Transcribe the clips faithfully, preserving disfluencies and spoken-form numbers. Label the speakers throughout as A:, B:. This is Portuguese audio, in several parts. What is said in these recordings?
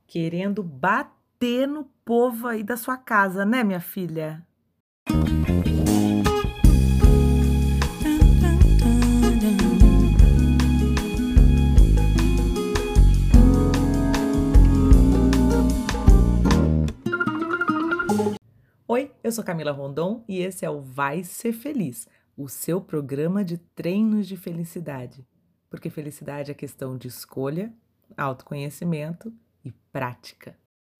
A: querendo bater no povo aí da sua casa, né, minha filha? Oi, eu sou Camila Rondon e esse é o Vai Ser Feliz, o seu programa de treinos de felicidade. Porque felicidade é questão de escolha, autoconhecimento e prática.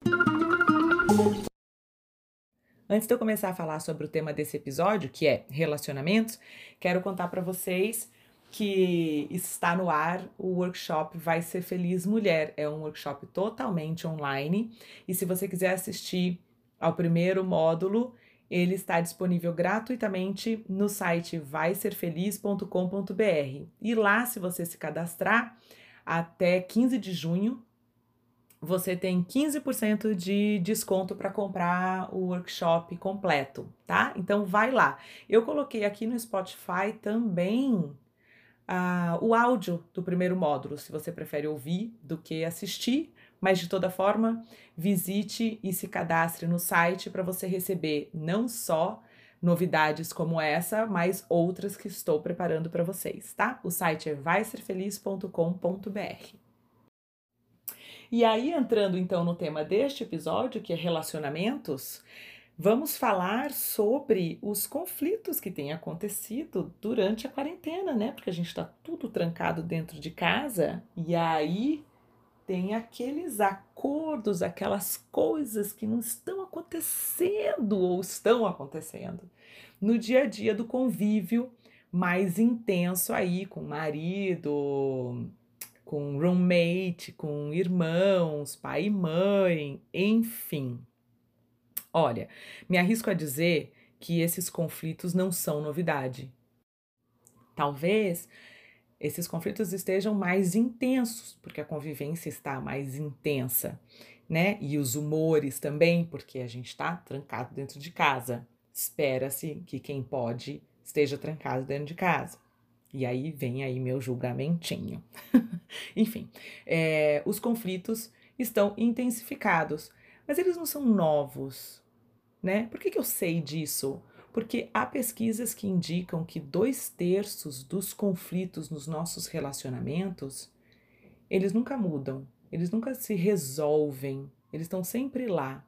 A: Antes de eu começar a falar sobre o tema desse episódio, que é relacionamentos, quero contar para vocês que está no ar o workshop Vai Ser Feliz Mulher. É um workshop totalmente online e se você quiser assistir ao primeiro módulo, ele está disponível gratuitamente no site vai ser feliz ponto com ponto b r. E lá, se você se cadastrar, até quinze de junho, você tem quinze por cento de desconto para comprar o workshop completo, tá? Então vai lá. Eu coloquei aqui no Spotify também ah, o áudio do primeiro módulo, se você prefere ouvir do que assistir, mas de toda forma, visite e se cadastre no site para você receber não só novidades como essa, mas outras que estou preparando para vocês, tá? O site é vai ser feliz ponto com ponto b r. E aí, entrando então no tema deste episódio, que é relacionamentos, vamos falar sobre os conflitos que têm acontecido durante a quarentena, né? Porque a gente está tudo trancado dentro de casa e aí tem aqueles acordos, aquelas coisas que não estão acontecendo ou estão acontecendo no dia a dia do convívio mais intenso aí com o marido, com roommate, com irmãos, pai e mãe, enfim. Olha, me arrisco a dizer que esses conflitos não são novidade. Talvez esses conflitos estejam mais intensos, porque a convivência está mais intensa, né? E os humores também, porque a gente está trancado dentro de casa. Espera-se que quem pode esteja trancado dentro de casa. E aí vem aí meu julgamentinho. Enfim, é, os conflitos estão intensificados, mas eles não são novos, né? Por que que eu sei disso? Porque há pesquisas que indicam que dois terços dos conflitos nos nossos relacionamentos, eles nunca mudam, eles nunca se resolvem, eles estão sempre lá.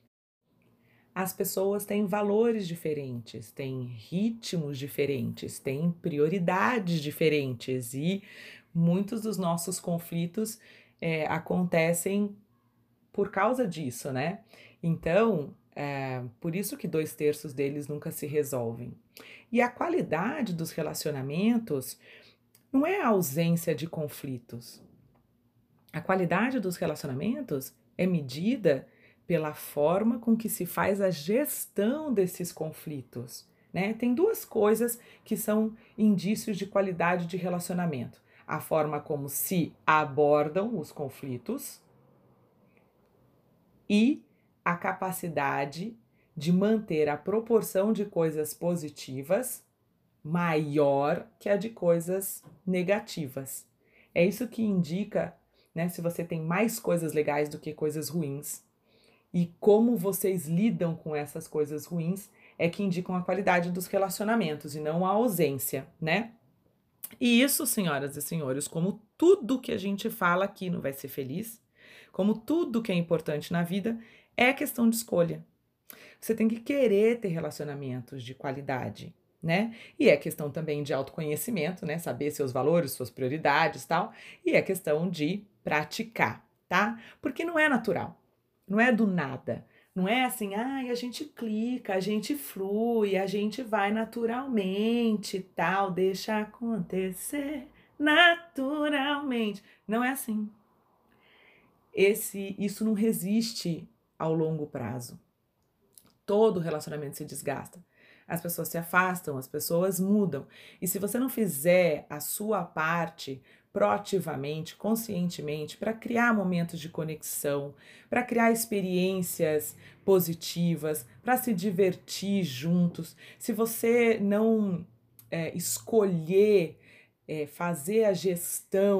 A: As pessoas têm valores diferentes, têm ritmos diferentes, têm prioridades diferentes e muitos dos nossos conflitos é, acontecem por causa disso, né? Então, é, por isso que dois terços deles nunca se resolvem. E a qualidade dos relacionamentos não é a ausência de conflitos. A qualidade dos relacionamentos é medida pela forma com que se faz a gestão desses conflitos, né? Tem duas coisas que são indícios de qualidade de relacionamento: a forma como se abordam os conflitos e a capacidade de manter a proporção de coisas positivas maior que a de coisas negativas. É isso que indica, né, se você tem mais coisas legais do que coisas ruins. E como vocês lidam com essas coisas ruins é que indicam a qualidade dos relacionamentos e não a ausência, né? E isso, senhoras e senhores, como tudo que a gente fala aqui no Vai Ser Feliz, como tudo que é importante na vida, é questão de escolha. Você tem que querer ter relacionamentos de qualidade, né? E é questão também de autoconhecimento, né? Saber seus valores, suas prioridades, tal. E é questão de praticar, tá? Porque não é natural, não é do nada. Não é assim, ai, a gente clica, a gente flui, a gente vai naturalmente, tal, deixa acontecer naturalmente. Não é assim. Esse, isso não resiste ao longo prazo. Todo relacionamento se desgasta. As pessoas se afastam, as pessoas mudam. E se você não fizer a sua parte proativamente, conscientemente, para criar momentos de conexão, para criar experiências positivas, para se divertir juntos, se você não é, escolher é, fazer a gestão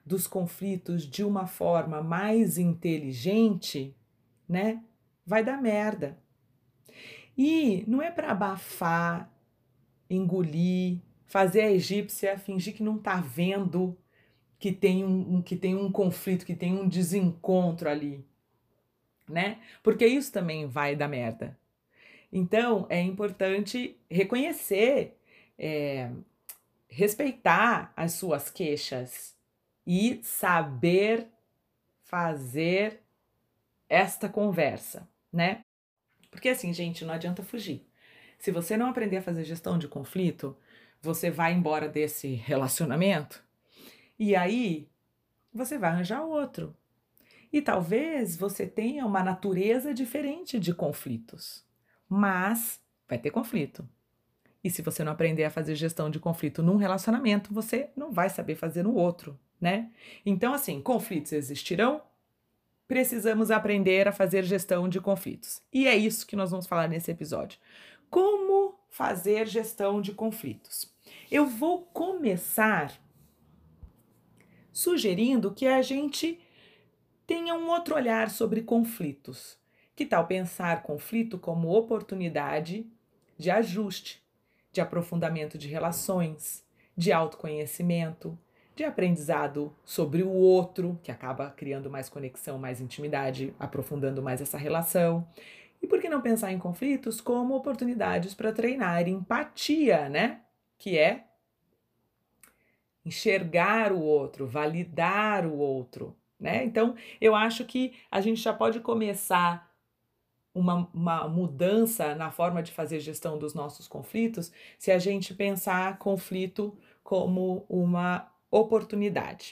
A: dos conflitos de uma forma mais inteligente, né, vai dar merda. E não é para abafar, engolir, fazer a egípcia fingir que não tá vendo que tem um, um- que tem um conflito, que tem um desencontro ali, né? Porque isso também vai dar merda. Então, é importante reconhecer, é, respeitar as suas queixas e saber fazer esta conversa, né? Porque assim, gente, não adianta fugir. Se você não aprender a fazer gestão de conflito, você vai embora desse relacionamento e aí você vai arranjar outro. E talvez você tenha uma natureza diferente de conflitos, mas vai ter conflito. E se você não aprender a fazer gestão de conflito num relacionamento, você não vai saber fazer no outro, né? Então, assim, conflitos existirão, precisamos aprender a fazer gestão de conflitos. E é isso que nós vamos falar nesse episódio. Como fazer gestão de conflitos? Eu vou começar sugerindo que a gente tenha um outro olhar sobre conflitos. Que tal pensar conflito como oportunidade de ajuste, de aprofundamento de relações, de autoconhecimento, de aprendizado sobre o outro, que acaba criando mais conexão, mais intimidade, aprofundando mais essa relação. E por que não pensar em conflitos como oportunidades para treinar empatia, né? Que é enxergar o outro, validar o outro, né? Então, eu acho que a gente já pode começar uma, uma mudança na forma de fazer gestão dos nossos conflitos se a gente pensar conflito como uma oportunidade.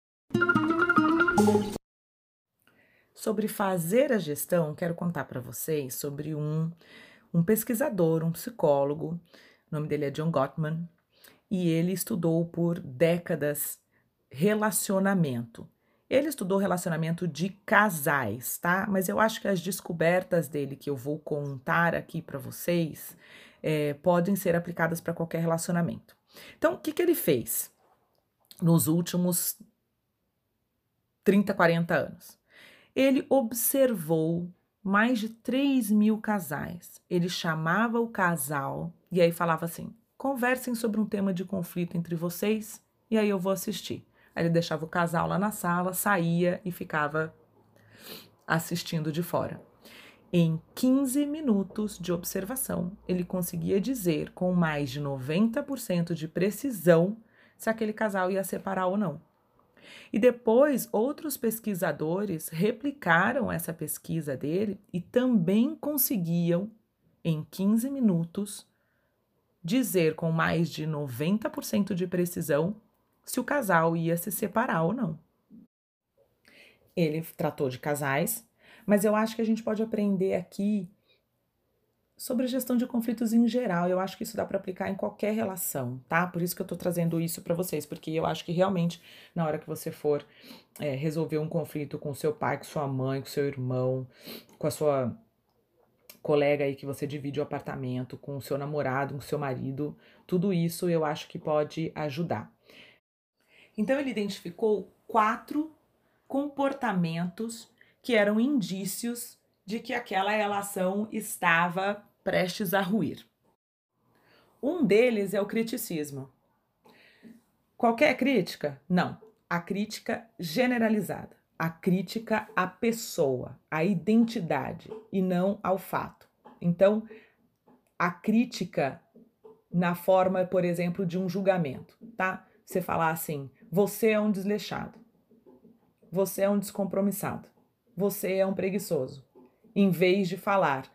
A: Sobre fazer a gestão, quero contar para vocês sobre um, um pesquisador, um psicólogo, o nome dele é John Gottman, e ele estudou por décadas relacionamento. Ele estudou relacionamento de casais, tá? Mas eu acho que as descobertas dele que eu vou contar aqui para vocês é, podem ser aplicadas para qualquer relacionamento. Então, o que, que ele fez nos últimos trinta, quarenta anos? Ele observou mais de três mil casais. Ele chamava o casal e aí falava assim: conversem sobre um tema de conflito entre vocês e aí eu vou assistir. Aí ele deixava o casal lá na sala, saía e ficava assistindo de fora. Em quinze minutos de observação, ele conseguia dizer com mais de noventa por cento de precisão se aquele casal ia separar ou não. E depois, outros pesquisadores replicaram essa pesquisa dele e também conseguiam, em quinze minutos, dizer com mais de noventa por cento de precisão se o casal ia se separar ou não. Ele tratou de casais, mas eu acho que a gente pode aprender aqui sobre gestão de conflitos em geral. Eu acho que isso dá para aplicar em qualquer relação, tá? Por isso que eu tô trazendo isso para vocês, porque eu acho que realmente, na hora que você for é, resolver um conflito com seu pai, com sua mãe, com seu irmão, com a sua colega aí que você divide o apartamento, com o seu namorado, com o seu marido, tudo isso eu acho que pode ajudar. Então ele identificou quatro comportamentos que eram indícios de que aquela relação estava prestes a ruir. Um deles é o criticismo. Qualquer crítica? Não. A crítica generalizada. A crítica à pessoa, à identidade e não ao fato. Então, a crítica na forma, por exemplo, de um julgamento, tá? Você falar assim: você é um desleixado, você é um descompromissado, você é um preguiçoso, em vez de falar: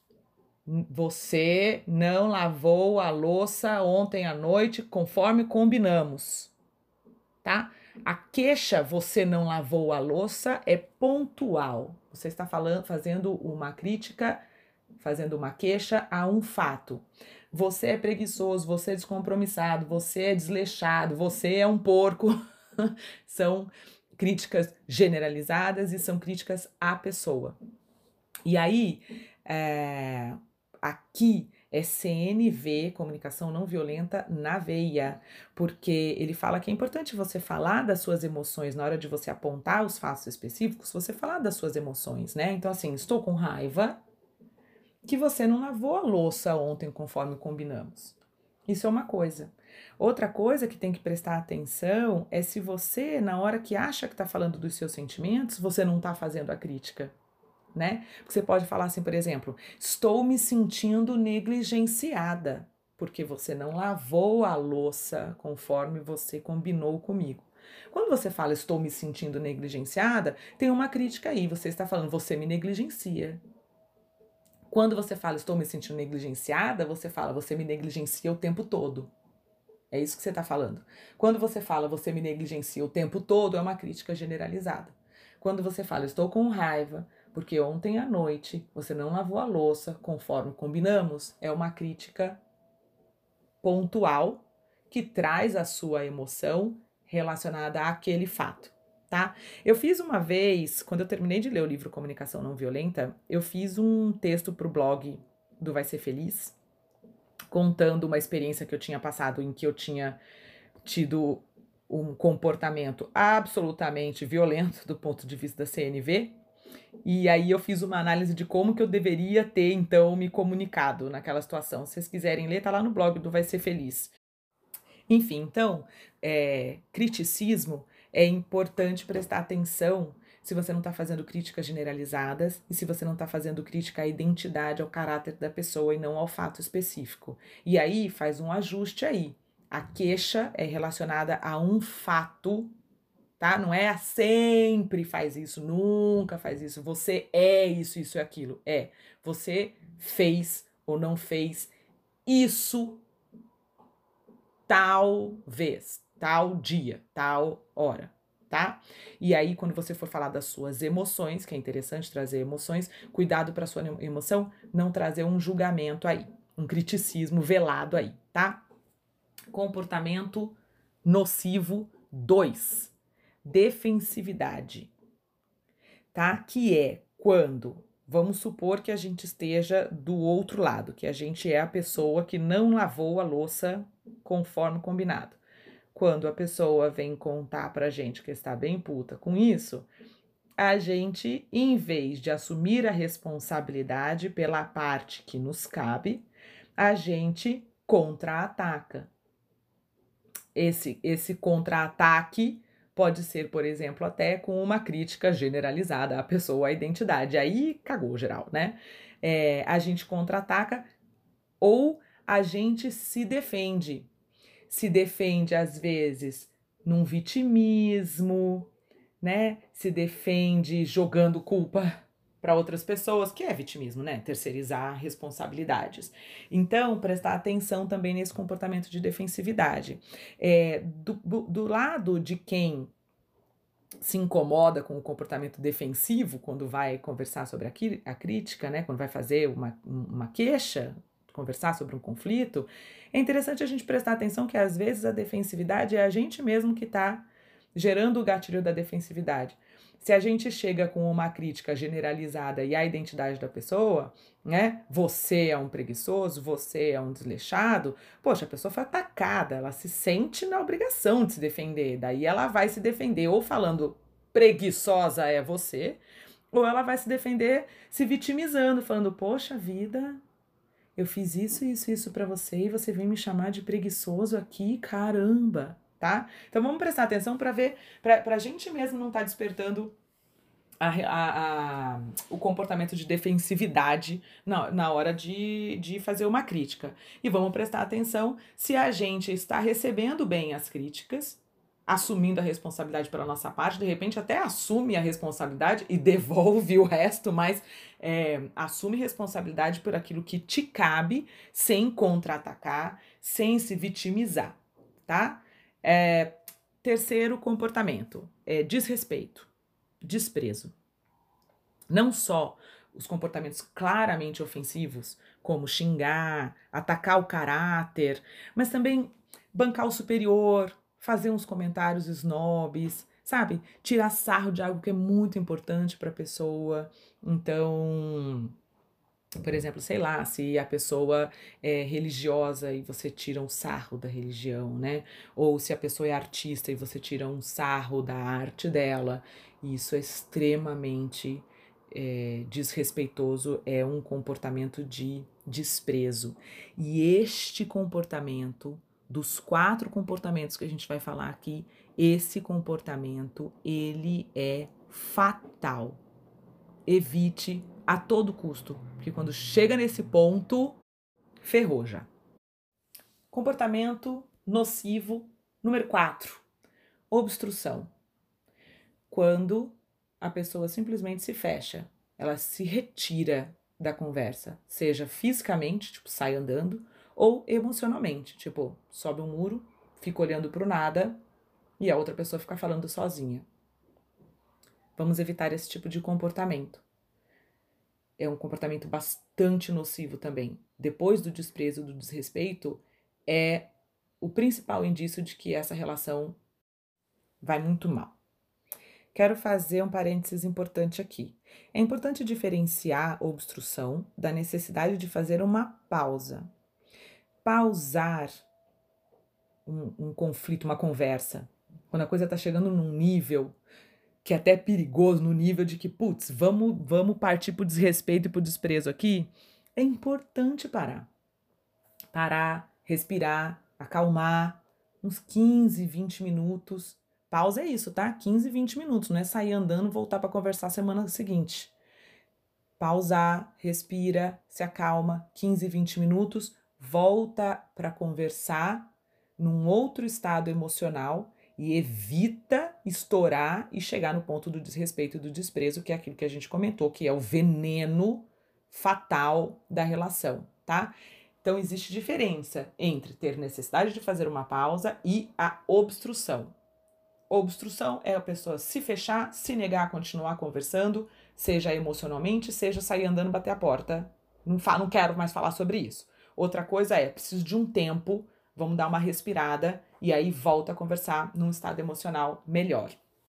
A: você não lavou a louça ontem à noite conforme combinamos, tá? A queixa você não lavou a louça é pontual. Você está falando, fazendo uma crítica, fazendo uma queixa a um fato. Você é preguiçoso, você é descompromissado, você é desleixado, você é um porco. São críticas generalizadas e são críticas à pessoa. E aí, é, aqui É C N V, comunicação não violenta na veia, porque ele fala que é importante você falar das suas emoções na hora de você apontar os fatos específicos, você falar das suas emoções, né? Então, assim, estou com raiva que você não lavou a louça ontem conforme combinamos. Isso é uma coisa. Outra coisa que tem que prestar atenção é se você, na hora que acha que está falando dos seus sentimentos, você não está fazendo a crítica, né? Porque você pode falar assim, por exemplo, estou me sentindo negligenciada, porque você não lavou a louça conforme você combinou comigo. Quando você fala estou me sentindo negligenciada, tem uma crítica aí, você está falando você me negligencia. Quando você fala estou me sentindo negligenciada, você fala você me negligencia o tempo todo. É isso que você está falando. Quando você fala você me negligencia o tempo todo, é uma crítica generalizada. Quando você fala estou com raiva porque ontem à noite você não lavou a louça conforme combinamos, é uma crítica pontual que traz a sua emoção relacionada àquele fato. Tá? Eu fiz uma vez, quando eu terminei de ler o livro Comunicação Não Violenta, eu fiz um texto para o blog do Vai Ser Feliz, contando uma experiência que eu tinha passado em que eu tinha tido um comportamento absolutamente violento do ponto de vista da C N V, e aí eu fiz uma análise de como que eu deveria ter, então, me comunicado naquela situação. Se vocês quiserem ler, tá lá no blog do Vai Ser Feliz. Enfim, então, é, criticismo é importante prestar atenção se você não está fazendo críticas generalizadas e se você não está fazendo crítica à identidade, ao caráter da pessoa e não ao fato específico. E aí faz um ajuste aí. A queixa é relacionada a um fato, tá? Não é a sempre faz isso, nunca faz isso. Você é isso, isso e aquilo. É, você fez ou não fez isso tal vez, tal dia, tal hora, tá? E aí, quando você for falar das suas emoções, que é interessante trazer emoções, cuidado para sua emoção não trazer um julgamento aí, um criticismo velado aí, tá? Comportamento nocivo dois, defensividade, tá? Que é quando, vamos supor que a gente esteja do outro lado, que a gente é a pessoa que não lavou a louça conforme combinado. Quando a pessoa vem contar pra gente que está bem puta com isso, a gente, em vez de assumir a responsabilidade pela parte que nos cabe, a gente contra-ataca. Esse, esse contra-ataque pode ser, por exemplo, até com uma crítica generalizada à pessoa, à identidade. Aí cagou geral, né? É, a gente contra-ataca ou a gente se defende. Se defende, às vezes, num vitimismo, né? Se defende jogando culpa para outras pessoas, que é vitimismo, né? Terceirizar responsabilidades. Então, prestar atenção também nesse comportamento de defensividade. É, do, do lado de quem se incomoda com o comportamento defensivo quando vai conversar sobre a, a crítica, né? Quando vai fazer uma, uma queixa, conversar sobre um conflito, é interessante a gente prestar atenção que às vezes a defensividade é a gente mesmo que está gerando o gatilho da defensividade. Se a gente chega com uma crítica generalizada e a identidade da pessoa, né? Você é um preguiçoso, você é um desleixado, poxa, a pessoa foi atacada, ela se sente na obrigação de se defender, daí ela vai se defender ou falando preguiçosa é você, ou ela vai se defender se vitimizando, falando, poxa vida, eu fiz isso, isso, isso pra você e você vem me chamar de preguiçoso aqui, caramba, tá? Então vamos prestar atenção pra ver, pra, pra gente mesmo não estar tá despertando a, a, a, o comportamento de defensividade na, na hora de, de fazer uma crítica. E vamos prestar atenção se a gente está recebendo bem as críticas, assumindo a responsabilidade pela nossa parte, de repente até assume a responsabilidade e devolve o resto, mas é, assume responsabilidade por aquilo que te cabe, sem contra-atacar, sem se vitimizar, tá? É, terceiro comportamento, é desrespeito, desprezo. Não só os comportamentos claramente ofensivos, como xingar, atacar o caráter, mas também bancar o superior, fazer uns comentários snobs, sabe? Tirar sarro de algo que é muito importante para a pessoa. Então, Por exemplo, sei lá, se a pessoa é religiosa e você tira um sarro da religião, né? Ou se a pessoa é artista e você tira um sarro da arte dela. Isso é extremamente é, desrespeitoso, é um comportamento de desprezo. E este comportamento, dos quatro comportamentos que a gente vai falar aqui, esse comportamento, ele é fatal. Evite a todo custo, porque quando chega nesse ponto, ferrou já. Comportamento nocivo número quatro, obstrução. Quando a pessoa simplesmente se fecha, ela se retira da conversa, seja fisicamente, tipo, sai andando, ou emocionalmente, tipo, sobe um muro, fica olhando pro nada e a outra pessoa fica falando sozinha. Vamos evitar esse tipo de comportamento. É um comportamento bastante nocivo também. Depois do desprezo, do desrespeito, é o principal indício de que essa relação vai muito mal. Quero fazer um parênteses importante aqui. É importante diferenciar obstrução da necessidade de fazer uma pausa. Pausar um, um conflito, uma conversa, quando a coisa está chegando num nível que é até perigoso, no nível de que, putz, vamos, vamos partir pro desrespeito e pro desprezo aqui, é importante parar. Parar, respirar, acalmar, uns quinze, vinte minutos. Pausa é isso, tá? quinze, vinte minutos, não é sair andando e voltar para conversar semana seguinte. Pausar, respira, se acalma, quinze, vinte minutos, volta para conversar num outro estado emocional e evita estourar e chegar no ponto do desrespeito e do desprezo, que é aquilo que a gente comentou, que é o veneno fatal da relação, tá? Então, existe diferença entre ter necessidade de fazer uma pausa e a obstrução. Obstrução é a pessoa se fechar, se negar a continuar conversando, seja emocionalmente, seja sair andando, bater a porta. Não, fa- não quero mais falar sobre isso. Outra coisa é, preciso de um tempo, vamos dar uma respirada e aí volta a conversar num estado emocional melhor.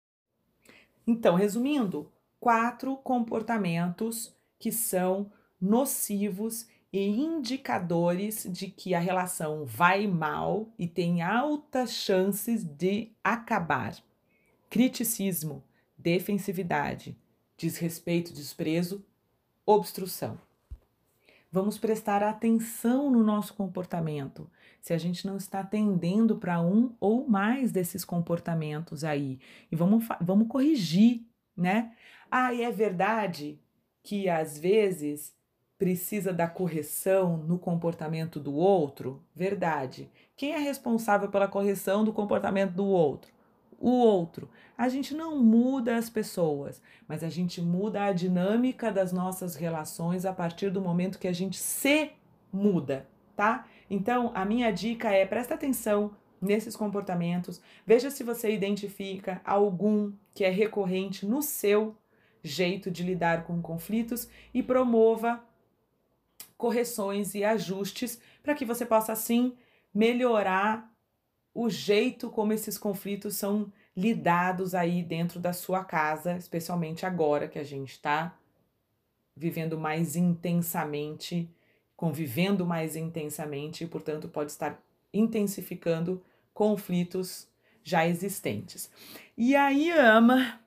A: Então, resumindo, quatro comportamentos que são nocivos e indicadores de que a relação vai mal e tem altas chances de acabar. Criticismo, defensividade, desrespeito, desprezo, obstrução. Vamos prestar atenção no nosso comportamento. Se a gente não está atendendo para um ou mais desses comportamentos aí. E vamos, vamos corrigir, né? Ah, e é verdade que às vezes precisa da correção no comportamento do outro? Verdade. Quem é responsável pela correção do comportamento do outro? O outro. A gente não muda as pessoas, mas a gente muda a dinâmica das nossas relações a partir do momento que a gente se muda, tá? Então, a minha dica é presta atenção nesses comportamentos, veja se você identifica algum que é recorrente no seu jeito de lidar com conflitos e promova correções e ajustes para que você possa assim melhorar o jeito como esses conflitos são lidados aí dentro da sua casa, especialmente agora que a gente está vivendo mais intensamente, convivendo mais intensamente e, portanto, pode estar intensificando conflitos já existentes. E aí, ama.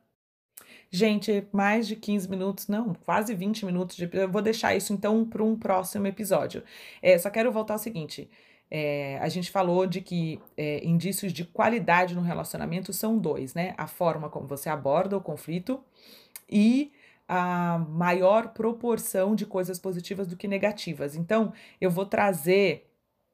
A: Gente, mais de quinze minutos, não, quase vinte minutos de. Eu vou deixar isso então para um próximo episódio. É, só quero voltar ao seguinte. É, a gente falou de que é, indícios de qualidade no relacionamento são dois, né? A forma como você aborda o conflito e a maior proporção de coisas positivas do que negativas. Então, eu vou trazer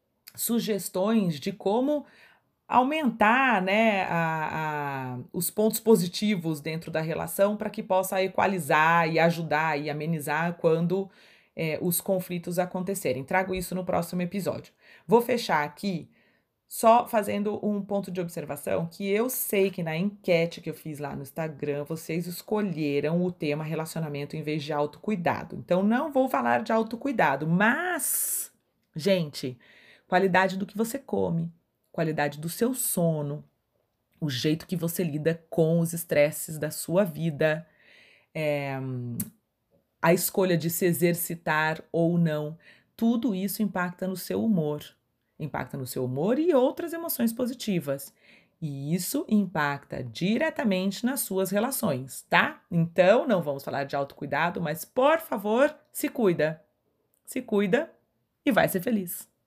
A: sugestões de como aumentar, né, a, a, os pontos positivos dentro da relação para que possa equalizar e ajudar e amenizar quando é, os conflitos acontecerem. Trago isso no próximo episódio. Vou fechar aqui só fazendo um ponto de observação que eu sei que na enquete que eu fiz lá no Instagram, vocês escolheram o tema relacionamento em vez de autocuidado. Então, não vou falar de autocuidado, mas, gente, qualidade do que você come, qualidade do seu sono, o jeito que você lida com os estresses da sua vida, é, a escolha de se exercitar ou não, tudo isso impacta no seu humor. Impacta no seu humor e outras emoções positivas. E isso impacta diretamente nas suas relações, tá? Então, não vamos falar de autocuidado, mas por favor, se cuida. Se cuida e vai ser feliz.